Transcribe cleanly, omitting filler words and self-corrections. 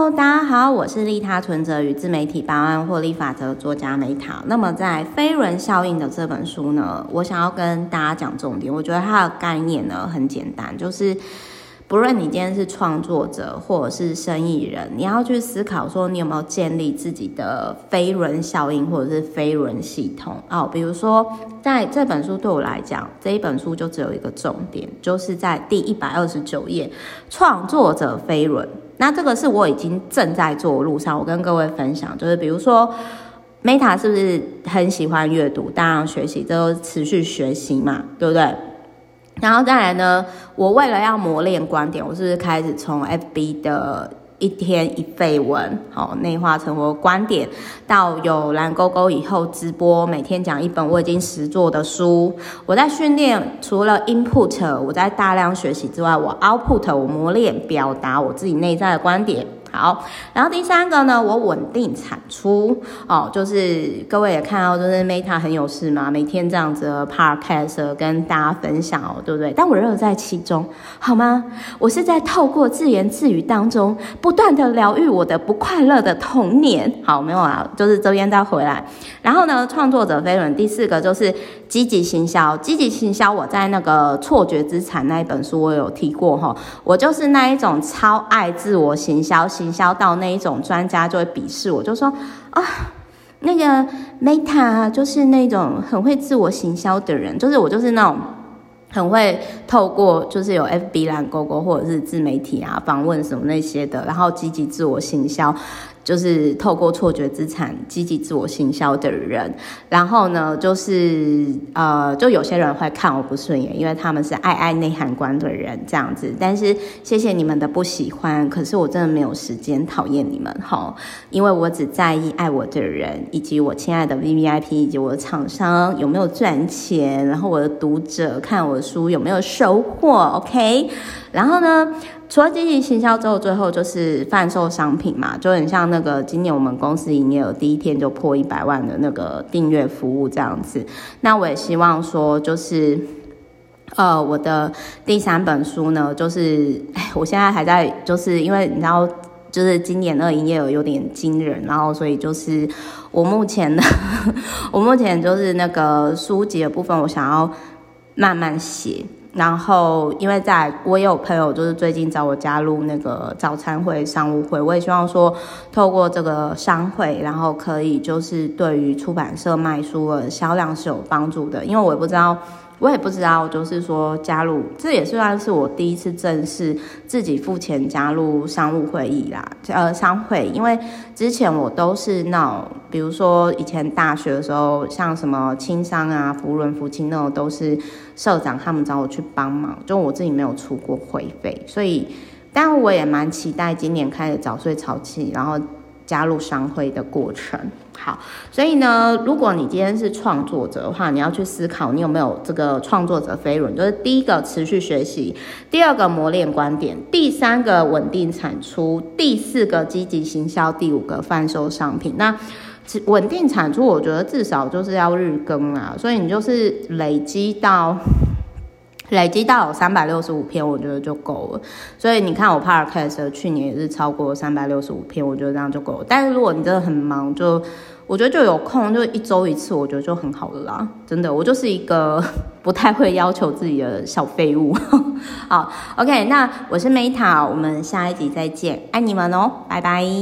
Hello， 大家好，我是利他存折与自媒体百万获利法则作家Meta。那么在飞轮效应的这本书呢，我想要跟大家讲重点。我觉得它的概念呢很简单，就是不论你今天是创作者或者是生意人，你要去思考说你有没有建立自己的飞轮效应或者是飞轮系统比如说在这本书对我来讲，这一本书就只有一个重点，就是在第129页创作者飞轮。那这个是我已经正在做的路上，我跟各位分享，就是比如说 Meta 是不是很喜欢阅读，大量学习，这都是持续学习嘛，对不对？然后再来呢，我为了要磨练观点，我是不是开始从 FB 的一天一废文内化成我的观点，到有蓝勾勾以后直播，每天讲一本我已经实作的书。我在训练，除了 input 我在大量学习之外，我 output 我磨练表达我自己内在的观点。好，然后第三个呢，我稳定产出就是各位也看到，就是 Meta 很有事嘛，每天这样子的 podcast 跟大家分享对不对？但我乐在其中，好吗？我是在透过自言自语当中，不断的疗愈我的不快乐的童年。好，没有啊，就是这边再回来。然后呢，创作者飞轮第四个就是积极行销。积极行销，我在那个错觉资产那一本书我有提过我就是那一种超爱自我行销到那一种专家就会鄙视我，就说那个 Meta 就是那种很会自我行销的人，就是我就是那种很会透过就是有 FB 蓝勾勾或者是自媒体访问什么那些的，然后积极自我行销，就是透过错觉资产积极自我行销的人。然后呢就是就有些人会看我不顺眼，因为他们是爱内涵观的人这样子。但是谢谢你们的不喜欢，可是我真的没有时间讨厌你们因为我只在意爱我的人，以及我亲爱的 VVIP， 以及我的厂商有没有赚钱，然后我的读者看我的书有没有收获 OK。 然后呢，除了积极行销之后，最后就是贩售商品嘛，就很像那个今年我们公司营业额第一天就破100万的那个订阅服务这样子。那我也希望说就是我的第3本书呢，就是我现在还在，就是因为你知道就是今年的营业额有点惊人，然后所以就是我目前就是那个书籍的部分我想要慢慢写。然后因为我也有朋友就是最近找我加入那个早餐会商务会，我也希望说透过这个商会，然后可以就是对于出版社卖书的销量是有帮助的。因为我也不知道就是说加入，这也算是我第一次正式自己付钱加入商务会议啦，商会。因为之前我都是那种，比如说以前大学的时候，像什么青商福伦福清那种，都是社长他们找我去帮忙，就我自己没有出过会费。所以但我也蛮期待今年开始早睡早起，然后加入商会的过程。好，所以呢，如果你今天是创作者的话，你要去思考你有没有这个创作者飞轮，就是第一个持续学习，第二个磨练观点，第3个稳定产出，第4个积极行销，第5个贩售商品。那稳定产出我觉得至少就是要日更所以你就是累积到有365篇，我觉得就够了。所以你看我 podcast 去年也是超过365篇，我觉得这样就够了。但是如果你真的很忙，我觉得就有空，就1周1次，我觉得就很好了啦。真的，我就是一个不太会要求自己的小废物。好 ，OK， 那我是 Meta， 我们下一集再见，爱你们拜拜。